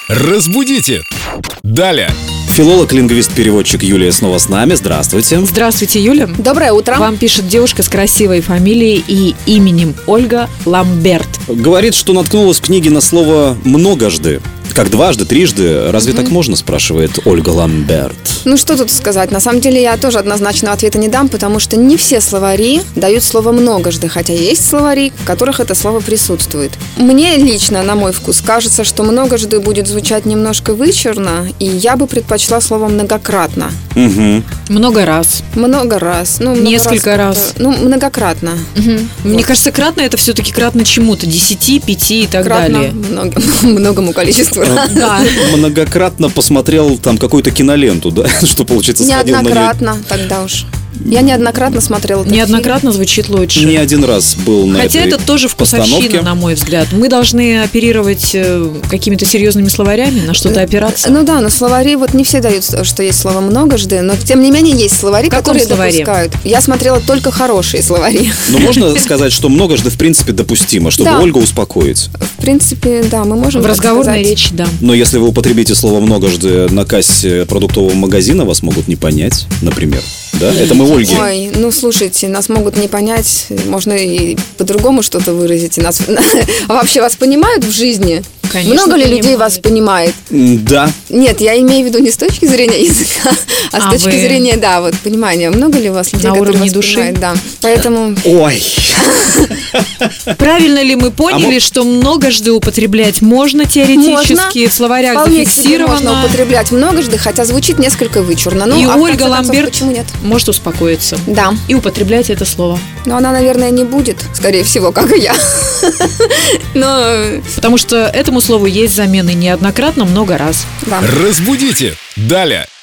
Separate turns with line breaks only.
Разбудите! Далее!
Филолог, лингвист, переводчик Юлия снова с нами. Здравствуйте.
Здравствуйте, Юля.
Доброе утро.
Вам пишет девушка с красивой фамилией и именем Ольга Ламберт.
Говорит, что наткнулась в книге на слово «многожды». Как дважды, трижды. Разве так можно, спрашивает Ольга Ламберт.
Ну что тут сказать, на самом деле я тоже однозначного ответа не дам, потому что не все словари дают слово «многожды», хотя есть словари, в которых это слово присутствует. Мне лично, на мой вкус, кажется, что «многожды» будет звучать немножко вычурно, и я бы предпочла слово «многократно».
Угу.
Много раз.
Много раз. Ну, много
Несколько раз.
Ну, многократно.
Мне кажется, кратно это все-таки кратно чему-то. 10, 5 и так
Кратно
далее.
многому количеству.
Да.
Многократно посмотрел там какую-то киноленту, да? Что, получается, сходил на нее.
Неоднократно тогда уж. Я неоднократно смотрела этот
Неоднократно звучит лучше.
Не один раз был на
Хотя
этой
это тоже вкусовщина,
постановке.
на мой взгляд. Мы должны оперировать какими-то серьезными словарями, на что-то опираться.
Ну да, но словари вот не все дают, что есть слово «многожды», но тем не менее есть словари,
В каком
которые
словаре?
допускают. Я смотрела только хорошие словари.
Но можно сказать, что многожды в принципе допустимо, чтобы
Да.
Ольга успокоится.
В принципе, да, мы можем
В
так
разговорной
сказать.
речи, да.
Но если вы употребите слово «многожды» на кассе продуктового магазина, вас могут не понять, например. Да? Это мы Ольге.
Ой, ну слушайте, нас могут не понять, можно и по-другому что-то выразить. Нас вообще вас понимают в жизни?
Конечно,
Много ли людей
понимают.
вас понимает?
Да.
Нет, я имею в виду не с точки зрения языка, а с
А
точки
вы-
зрения, да, вот понимания. Много ли у вас людей,
На
которые
уровне
вас
души?
понимают? Да. Поэтому
Ой.
Правильно ли мы поняли, что многожды употреблять можно теоретически?
Можно.
В словарях
вполне себе можно
зафиксировано.
употреблять многожды, хотя звучит несколько вычурно. Ну,
И
а в
Ольга
конце концов,
Ламберт
почему нет?
может успокоиться
Да.
и употреблять это слово.
Но она, наверное, не будет, скорее всего, как и я. Но,
Потому что этому слову есть замены неоднократно много раз.
да.
Разбудите! Далее!